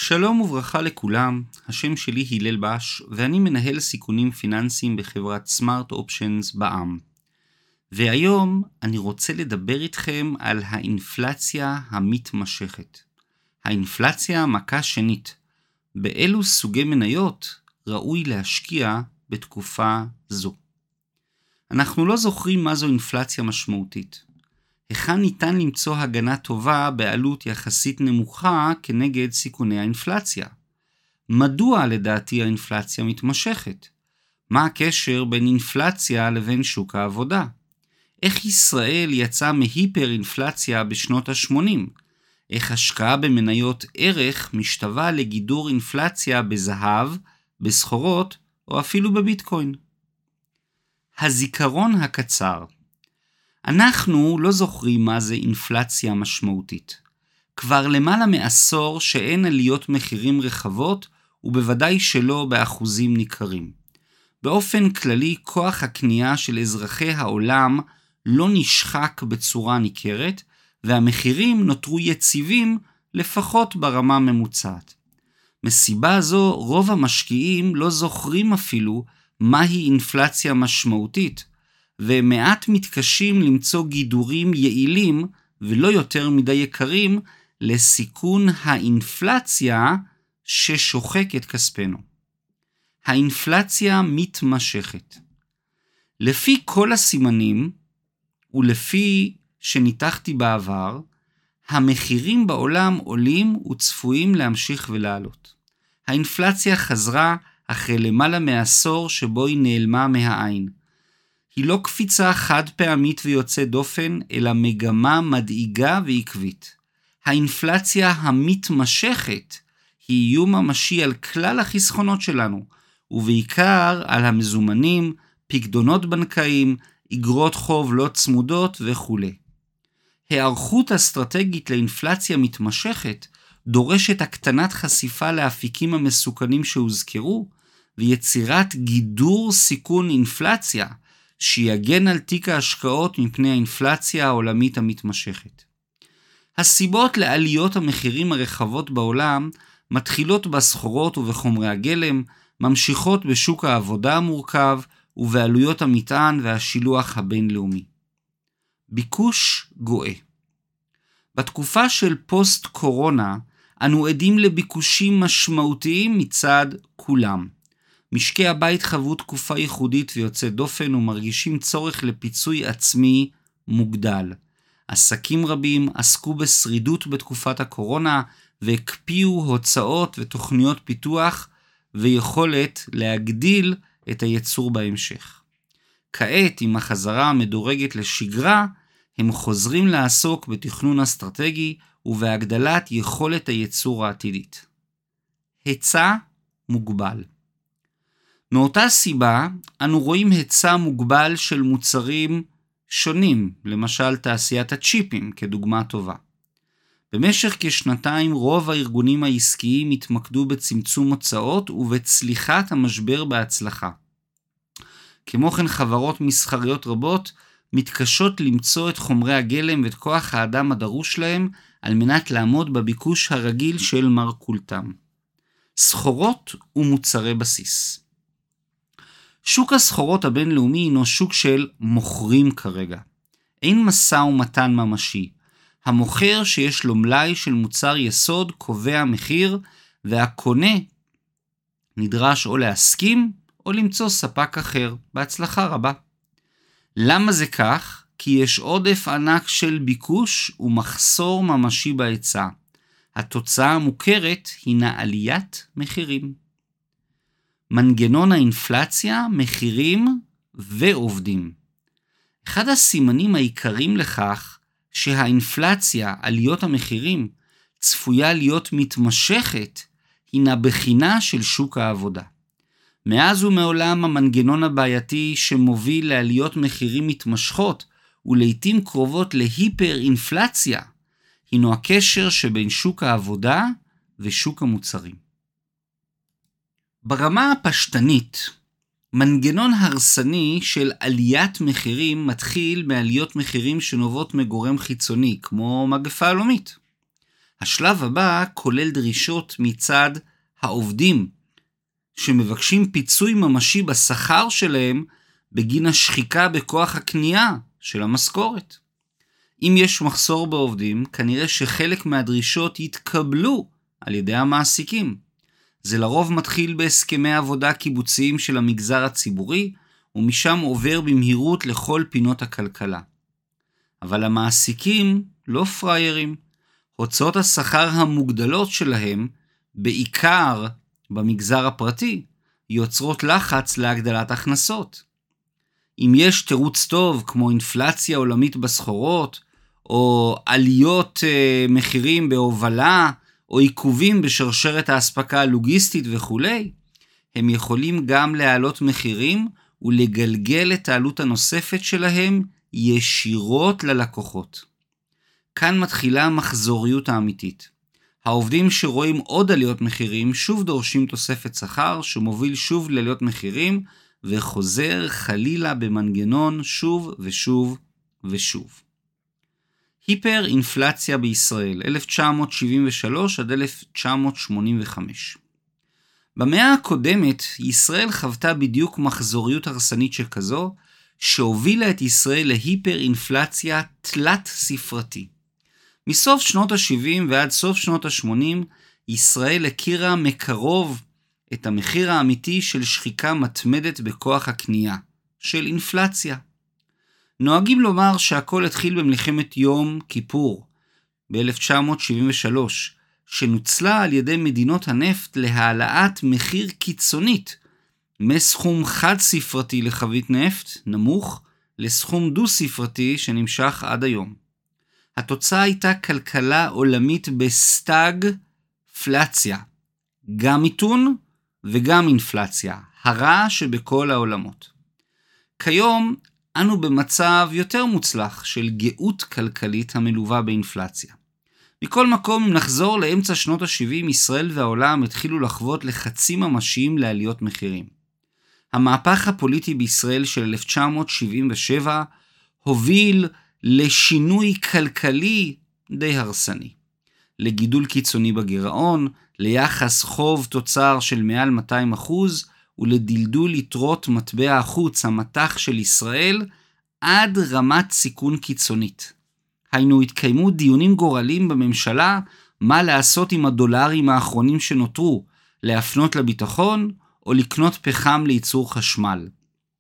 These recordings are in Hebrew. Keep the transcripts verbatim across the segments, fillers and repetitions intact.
שלום וברכה לכולם, השם שלי הלל בש ואני מנהל סיכונים פיננסיים בחברת סמארט אופשנס בע"מ. והיום אני רוצה לדבר איתכם על האינפלציה המתמשכת. האינפלציה מכה שנית. באילו סוגי מניות ראוי להשקיע בתקופה זו? אנחנו לא זוכרים מה זו אינפלציה משמעותית. היכן ניתן למצוא הגנה טובה בעלות יחסית נמוכה כנגד סיכוני האינפלציה? מדוע לדעתי האינפלציה מתמשכת? מה הקשר בין אינפלציה לבין שוק העבודה? איך ישראל יצאה מהיפר אינפלציה בשנות ה-שמונים? איך השקעה במניות ערך משתווה לגידור אינפלציה בזהב, בסחורות או אפילו בביטקוין? הזיכרון הקצר. אנחנו לא זוכרים מה זה אינפלציה משמעותית. כבר למעלה מעשור שאין עליות מחירים רחבות ובוודאי שלא באחוזים ניכרים. באופן כללי כוח הקנייה של אזרחי העולם לא נשחק בצורה ניכרת והמחירים נותרו יציבים לפחות ברמה ממוצעת. מסיבה זו רוב המשקיעים לא זוכרים אפילו מהי אינפלציה משמעותית ומעט מתקשים למצוא גידורים יעילים ולא יותר מדי יקרים לסיכון האינפלציה ששוחק את כספנו. האינפלציה מתמשכת. לפי כל הסימנים ולפי שניתחתי בעבר, המחירים בעולם עולים וצפויים להמשיך ולעלות. האינפלציה חזרה אחרי למעלה מעשור שבו היא נעלמה מהעין. היא לא קפיצה חד פעמית ויוצאת דופן, אלא מגמה מדאיגה ועקבית. האינפלציה המתמשכת היא איום ממשי על כלל החסכונות שלנו, ובעיקר על המזומנים, פקדונות בנקאיים, אגרות חוב לא צמודות וכו'. הערכות אסטרטגית לאינפלציה מתמשכת דורשת הקטנת חשיפה לאפיקים המסוכנים שהוזכרו, ויצירת גידור סיכון אינפלציה, שיגן על תיק ההשקעות מפני האינפלציה העולמית המתמשכת. הסיבות לעליות המחירים הרחבות בעולם מתחילות בסחורות ובחומרי הגלם, ממשיכות בשוק העבודה המורכב ובעלויות המטען והשילוח הבינלאומי. ביקוש גואה. בתקופה של פוסט קורונה אנו עדים לביקושים משמעותיים מצד כולם. משקי הבית חוו תקופה ייחודית ויוצאת דופן ומרגישים צורך לפיצוי עצמי מוגדל. עסקים רבים עסקו בשרידות בתקופת הקורונה והקפיאו הוצאות ותוכניות פיתוח ויכולת להגדיל את הייצור בהמשך. כעת עם החזרה המדורגת לשגרה הם חוזרים לעסוק בתכנון אסטרטגי ובהגדלת יכולת הייצור העתידית. היצע מוגבל. מאותה סיבה, אנו רואים היצע מוגבל של מוצרים שונים, למשל תעשיית הצ'יפים כדוגמה טובה. במשך כשנתיים רוב הארגונים העסקיים התמקדו בצמצום הוצאות ובצליחת המשבר בהצלחה. כמו כן חברות מסחריות רבות מתקשות למצוא את חומרי הגלם ואת כוח האדם הדרוש להם על מנת לעמוד בביקוש הרגיל של מרכולתם. סחורות ומוצרי בסיס. שוק הסחורות הבינלאומי הינו שוק של מוכרים כרגע. אין משא ומתן ממשי. המוכר שיש לו מלאי של מוצר יסוד קובע מחיר, והקונה נדרש או להסכים או למצוא ספק אחר. בהצלחה רבה. למה זה כך? כי יש עודף ענק של ביקוש ומחסור ממשי בהיצע. התוצאה המוכרת הינה עליית מחירים. מנגנון האינפלציה, מחירים ועובדים. אחד הסימנים העיקריים לכך שהאינפלציה, עליות המחירים, צפויה להיות מתמשכת, הינה בחינה של שוק העבודה. מאז ומעולם המנגנון הבעייתי שמוביל לעליות מחירים מתמשכות ולעיתים קרובות להיפר אינפלציה, הינו הקשר שבין שוק העבודה ושוק המוצרים. ברמה הפשטנית, מנגנון הרסני של עליית מחירים מתחיל מעליות מחירים שנובעות מגורם חיצוני, כמו מגפה עולמית. השלב הבא כולל דרישות מצד העובדים, שמבקשים פיצוי ממשי בשכר שלהם בגין השחיקה בכוח הקנייה של המשכורת. אם יש מחסור בעובדים, כנראה שחלק מהדרישות יתקבלו על ידי המעסיקים. זה לרוב מתחיל בהסכמי עבודה קיבוציים של המגזר הציבורי, ומשם עובר במהירות לכל פינות הכלכלה. אבל המעסיקים לא פריירים. הוצאות השכר המוגדלות שלהם, בעיקר במגזר הפרטי, יוצרות לחץ להגדלת הכנסות. אם יש תירוץ טוב כמו אינפלציה עולמית בסחורות, או עליות אה, מחירים בהובלה, או עיכובים בשרשרת האספקה הלוגיסטית וכו', הם יכולים גם להעלות מחירים ולגלגל את העלות הנוספת שלהם ישירות ללקוחות. כאן מתחילה המחזוריות האמיתית. העובדים שרואים עוד עליות מחירים שוב דורשים תוספת שכר שמוביל שוב לעליות מחירים וחוזר חלילה במנגנון שוב ושוב ושוב. היפר אינפלציה בישראל אלף תשע מאות שבעים ושלוש עד אלף תשע מאות שמונים וחמש. במאה הקודמת ישראל חוותה בדיוק מחזוריות הרסנית שכזו שהובילה את ישראל להיפר אינפלציה תלת ספרתי. מסוף שנות ה-שבעים ועד סוף שנות ה-שמונים, ישראל הכירה מקרוב את המחיר האמיתי של שחיקה מתמדת בכוח הקנייה, של אינפלציה. נוהגים לומר שהכל התחיל במלחמת יום כיפור, ב-אלף תשע מאות שבעים ושלוש, שנוצלה על ידי מדינות הנפט להעלאת מחיר קיצונית, מסכום חד ספרתי לחבית נפט נמוך, לסכום דו ספרתי שנמשך עד היום. התוצאה הייתה כלכלה עולמית בסטאגפלציה, גם מיתון וגם אינפלציה, הרע שבכל העולמות. כיום אנו במצב יותר מוצלח של גאות כלכלית המלווה באינפלציה. מכל מקום, אם נחזור לאמצע שנות ה-שבעים, ישראל והעולם התחילו לחוות לחצים ממשיים לעליות מחירים. המהפך הפוליטי בישראל של אלף תשע מאות שבעים ושבע הוביל לשינוי כלכלי די הרסני. לגידול קיצוני בגירעון, ליחס חוב תוצר של מעל מאתיים אחוז, ולדלדול יתרות מטבע החוץ המתח של ישראל עד רמת סיכון קיצונית. היינו התקיימו דיונים גורלים בממשלה מה לעשות עם הדולרים האחרונים שנותרו, להפנות לביטחון או לקנות פחם לייצור חשמל.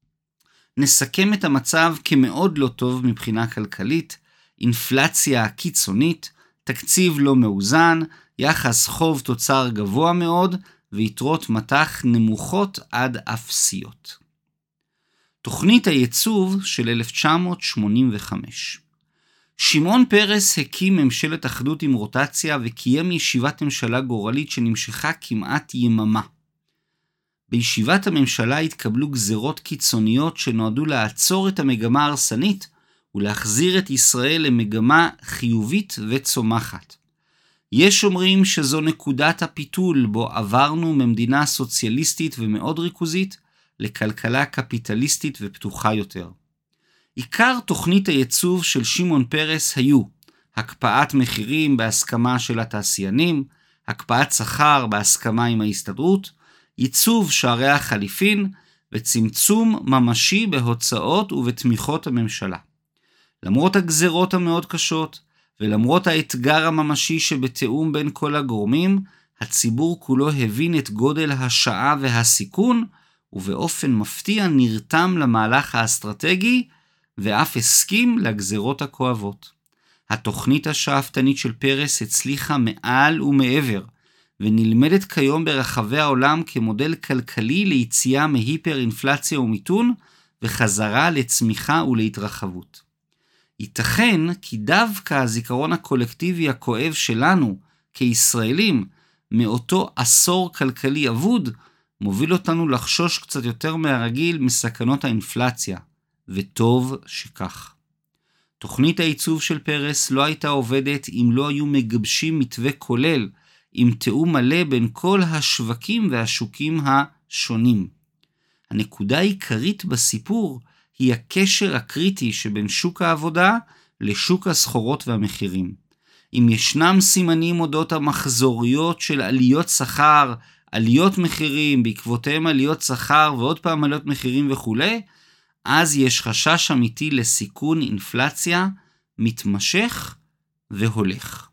נסכם את המצב כמאוד לא טוב מבחינה כלכלית, אינפלציה קיצונית, תקציב לא מאוזן, יחס חוב תוצר גבוה מאוד ויתרות מטח נמוכות עד אפסיות. תוכנית הייצוב של אלף תשע מאות שמונים וחמש. שמעון פרס הקים ממשלת אחדות עם רוטציה וקיים ישיבת ממשלה גורלית שנמשכה כמעט יממה. בישיבת הממשלה התקבלו גזרות קיצוניות שנועדו לעצור את המגמה ההרסנית ולהחזיר את ישראל למגמה חיובית וצומחת. יש אומרים שזו נקודת הפיתול בו עברנו ממדינה סוציאליסטית ומאוד ריכוזית לכלכלה קפיטליסטית ופתוחה יותר. עיקר תוכנית הייצוב של שמעון פרס היו הקפאת מחירים בהסכמה של התעשיינים, הקפאת שכר בהסכמה עם ההסתדרות, ייצוב שערי החליפין וצמצום ממשי בהוצאות ובתמיכות הממשלה. למרות הגזרות המאוד קשות ולמרות האתגר הממשי שבתאום בין כל הגורמים, הציבור כולו הבין את גודל השעה והסיכון ובאופן מפתיע נרתם למהלך האסטרטגי ואף הסכים לגזרות הכואבות. התוכנית השאפתנית של פרס הצליחה מעל ומעבר, ונלמדת כיום ברחבי העולם כמודל כלכלי ליציאה מהיפר אינפלציה ומיתון, וחזרה לצמיחה ולהתרחבות. ייתכן כי דווקא הזיכרון הקולקטיבי הכואב שלנו כישראלים מאותו עשור כלכלי אבוד, מוביל אותנו לחשוש קצת יותר מהרגיל מסכנות האינפלציה, וטוב שכך. תוכנית העיצוב של פרס לא הייתה עובדת אם לא היו מגבשים מתווה כולל, עם תאום מלא בין כל השווקים והשוקים השונים. הנקודה העיקרית בסיפור היא הקשר הקריטי שבין שוק העבודה לשוק הסחורות והמחירים. אם ישנם סימנים אודות המחזוריות של עליות שכר, עליות מחירים, בעקבותיהם עליות שכר ועוד פעם עליות מחירים וכו', אז יש חשש אמיתי לסיכון אינפלציה מתמשך והולך.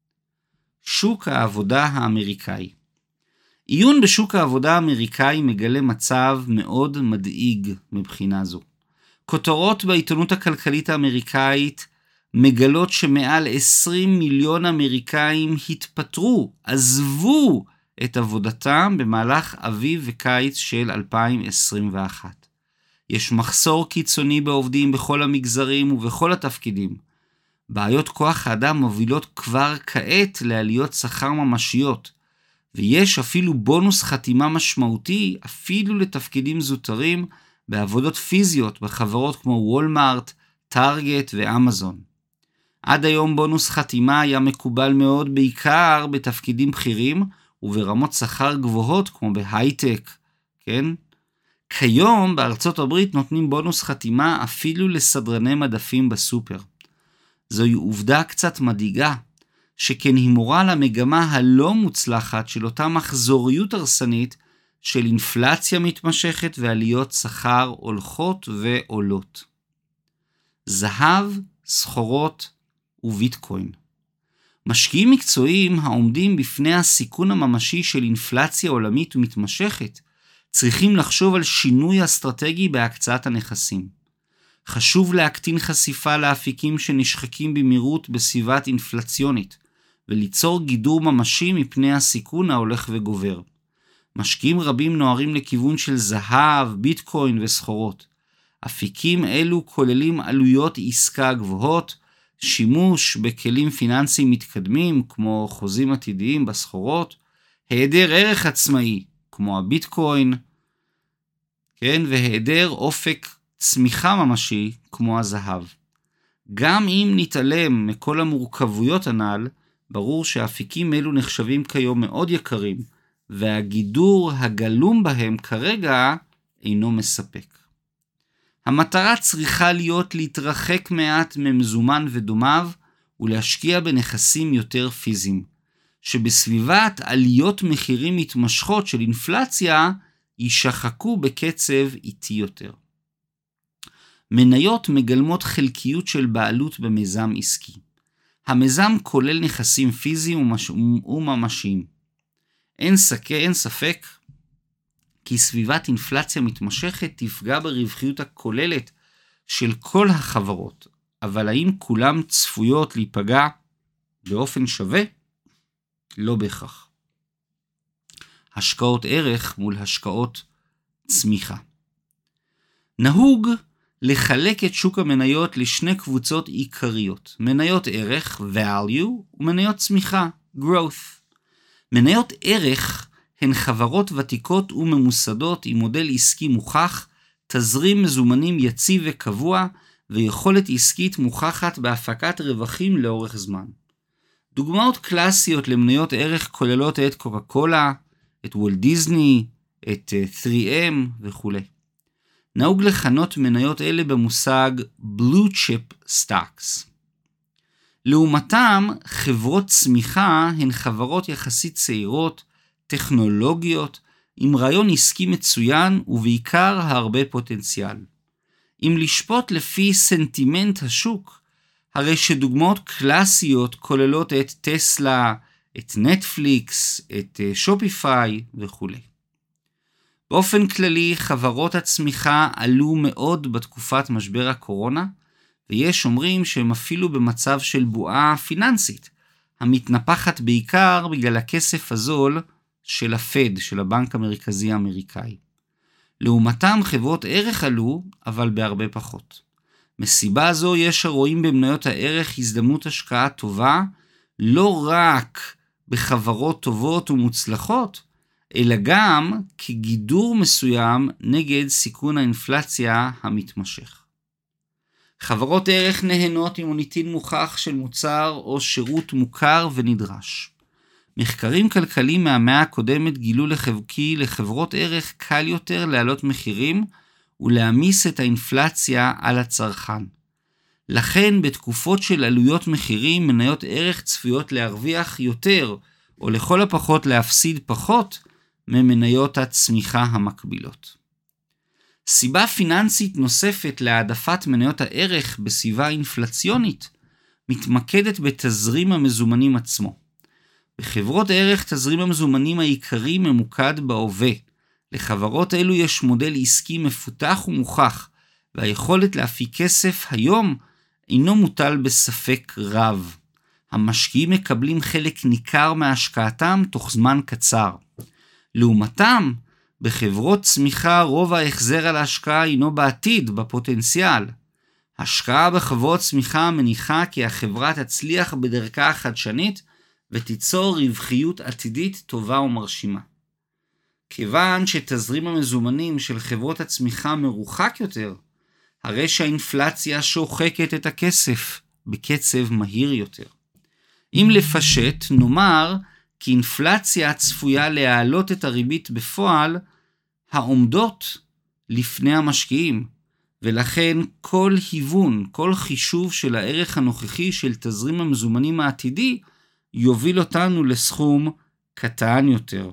שוק העבודה האמריקאי. עיון בשוק העבודה האמריקאי מגלה מצב מאוד מדאיג מבחינה זו. כותרות בעיתונות הכלכלית האמריקאית מגלות שמעל עשרים מיליון אמריקאים התפטרו, עזבו את עבודתם במהלך אביב וקיץ של אלפיים עשרים ואחת. יש מחסור קיצוני בעובדים בכל המגזרים ובכל התפקידים. בעיות כוח האדם מובילות כבר כעת לעליות שכר ממשיות, ויש אפילו בונוס חתימה משמעותי אפילו לתפקידים זוטרים בעבודות פיזיות בחברות כמו וולמארט, טארגט ואמזון. עד היום בונוס חתימה היה מקובל מאוד בעיקר בתפקידים בכירים וברמות שכר גבוהות כמו בהייטק, כן? כיום בארצות הברית נותנים בונוס חתימה אפילו לסדרני מדפים בסופר. זוהי עובדה קצת מדאיגה, שכן היא מורה למגמה הלא מוצלחת של אותה מחזוריות הרסנית של אינפלציה מתמשכת ועליות שכר הולכות ועולות. זהב, סחורות וביטקוין. משקיעים מקצועיים העומדים בפני הסיכון הממשי של אינפלציה עולמית ומתמשכת, צריכים לחשוב על שינוי אסטרטגי בהקצאת הנכסים. חשוב להקטין חשיפה לאפיקים שנשחקים במהירות בסביבת אינפלציונית, וליצור גידור ממשי מפני הסיכון ההולך וגובר. משקיעים רבים נוערים לכיוון של זהב, ביטקוין וסחורות. אפיקים אלו כוללים עלויות עסקה גבוהות, שימוש בכלים פיננסיים מתקדמים כמו חוזים עתידיים בסחורות, היעדר ערך עצמאי כמו הביטקוין, כן, והיעדר אופק צמיחה ממשי כמו הזהב. גם אם נתעלם מכל המורכבויות הנ"ל, ברור שהאפיקים אלו נחשבים כיום מאוד יקרים, והגידור הגלום בהם כרגע אינו מספק. המטרה צריכה להיות להתרחק מעט ממזומן ודומיו, ולהשקיע בנכסים יותר פיזיים, שבסביבת עליות מחירים מתמשכות של אינפלציה, יישחקו בקצב איטי יותר. מניות מגלמות חלקיות של בעלות במיזם עסקי. המיזם כולל נכסים פיזיים וממשיים. אין ספק, אין ספק כי סביבת אינפלציה מתמשכת תפגע ברווחיות הכוללת של כל החברות, אבל האם כולם צפויות להיפגע באופן שווה? לא בהכרח. השקעות ערך מול השקעות צמיחה. נהוג לחלק את שוק המניות לשני קבוצות עיקריות, מניות ערך, value, ומניות צמיחה, growth. מניות ערך הן חברות ותיקות וממוסדות עם מודל עסקי מוכח, תזרים מזומנים יציב וקבוע, ויכולת עסקית מוכחת בהפקת רווחים לאורך זמן. דוגמאות קלאסיות למניות ערך כוללות את קוקה קולה, את וולט דיסני, את תרי אם וכו'. נהוג לכנות מניות אלה במושג blue chip stocks. לעומתם, חברות צמיחה הן חברות יחסית צעירות, טכנולוגיות, עם רעיון עסקי מצוין ובעיקר הרבה פוטנציאל. אם לשפוט לפי סנטימנט השוק, הרי שדוגמאות קלאסיות כוללות את טסלה, את נטפליקס, את שופיפיי וכו'. באופן כללי, חברות הצמיחה עלו מאוד בתקופת משבר הקורונה, ויש אומרים שהם אפילו במצב של בועה פיננסית, המתנפחת בעיקר בגלל הכסף הזול של הפד, של הבנק המרכזי האמריקאי. לעומתם חברות ערך עלו, אבל בהרבה פחות. מסיבה זו יש הרואים במניות הערך הזדמנות השקעה טובה, לא רק בחברות טובות ומוצלחות, אלא גם כגידור מסוים נגד סיכון האינפלציה המתמשך. חברות ערך נהנות עם מוניטין מוכח של מוצר או שירות מוכר ונדרש. מחקרים כלכליים מהמאה הקודמת גילו כי לחברות ערך קל יותר להעלות מחירים ולהמיס את האינפלציה על הצרכן. לכן בתקופות של עלויות מחירים, מניות ערך צפויות להרוויח יותר, או לכל הפחות להפסיד פחות, ממניות הצמיחה המקבילות. סיבה פיננסית נוספת להעדפת מניות הערך בסביבה אינפלציונית, מתמקדת בתזרים המזומנים עצמו. בחברות ערך תזרים המזומנים העיקרי ממוקד בהווה. לחברות אלו יש מודל עסקי מפותח ומוכח, והיכולת להפיק כסף היום אינו מוטל בספק רב. המשקיעים מקבלים חלק ניכר מהשקעתם תוך זמן קצר. לעומתם, בחברות צמיחה רוב ההחזר על ההשקעה אינו בעתיד, בפוטנציאל. השקעה בחברות צמיחה מניחה כי החברה תצליח בדרכה החדשנית ותיצור רווחיות עתידית טובה ומרשימה. כיוון שתזרים המזומנים של חברות הצמיחה מרוחק יותר, הרי שהאינפלציה שוחקת את הכסף בקצב מהיר יותר. אם לפשט, נאמר כי אינפלציה צפויה להעלות את הריבית בפועל העומדות לפני המשקיעים, ולכן כל היוון, כל חישוב של הערך הנוכחי של תזרים המזומנים העתידי, יוביל אותנו לסכום קטן יותר.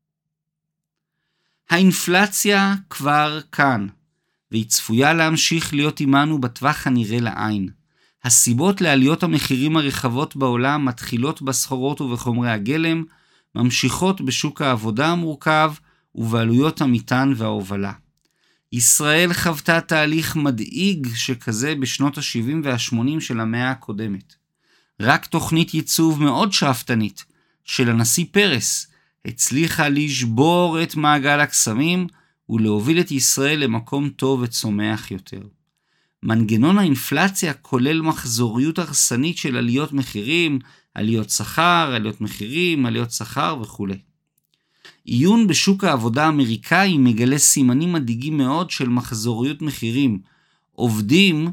האינפלציה כבר כאן, והיא צפויה להמשיך להיות עמנו בטווח הנראה לעין. הסיבות לעליות המחירים הרחבות בעולם מתחילות בסחורות ובחומרי הגלם, ממשיכות בשוק העבודה המורכב ובעלויות המטען וההובלה. ישראל חוותה תהליך מדאיג שכזה בשנות ה-שבעים וה-שמונים של המאה הקודמת. רק תוכנית ייצוב מאוד שאפתנית של הנשיא פרס הצליחה לשבור את מעגל הקסמים ולהוביל את ישראל למקום טוב וצומח יותר. מנגנון האינפלציה כולל מחזוריות הרסנית של עליות מחירים, עליות שכר, עליות מחירים, עליות שכר וכו'. עיון בשוק העבודה האמריקאי מגלה סימנים מדאיגים מאוד של מחזוריות מחירים, עובדים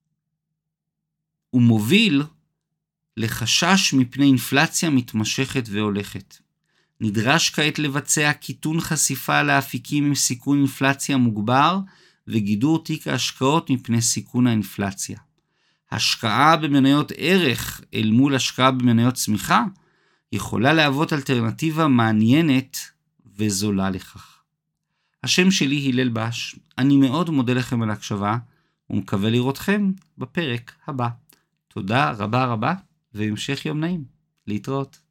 ומוביל לחשש מפני אינפלציה מתמשכת והולכת. נדרש כעת לבצע קיטון חשיפה לאפיקים עם סיכון אינפלציה מוגבר וגידור תיק ההשקעות מפני סיכון האינפלציה. השקעה במניות ערך אל מול השקעה במניות צמיחה יכולה להוות אלטרנטיבה מעניינת וזולה לכך. השם שלי הלל בש, אני מאוד מודה לכם על ההקשבה ומקווה לראותכם בפרק הבא. תודה רבה רבה והמשך יום נעים. להתראות.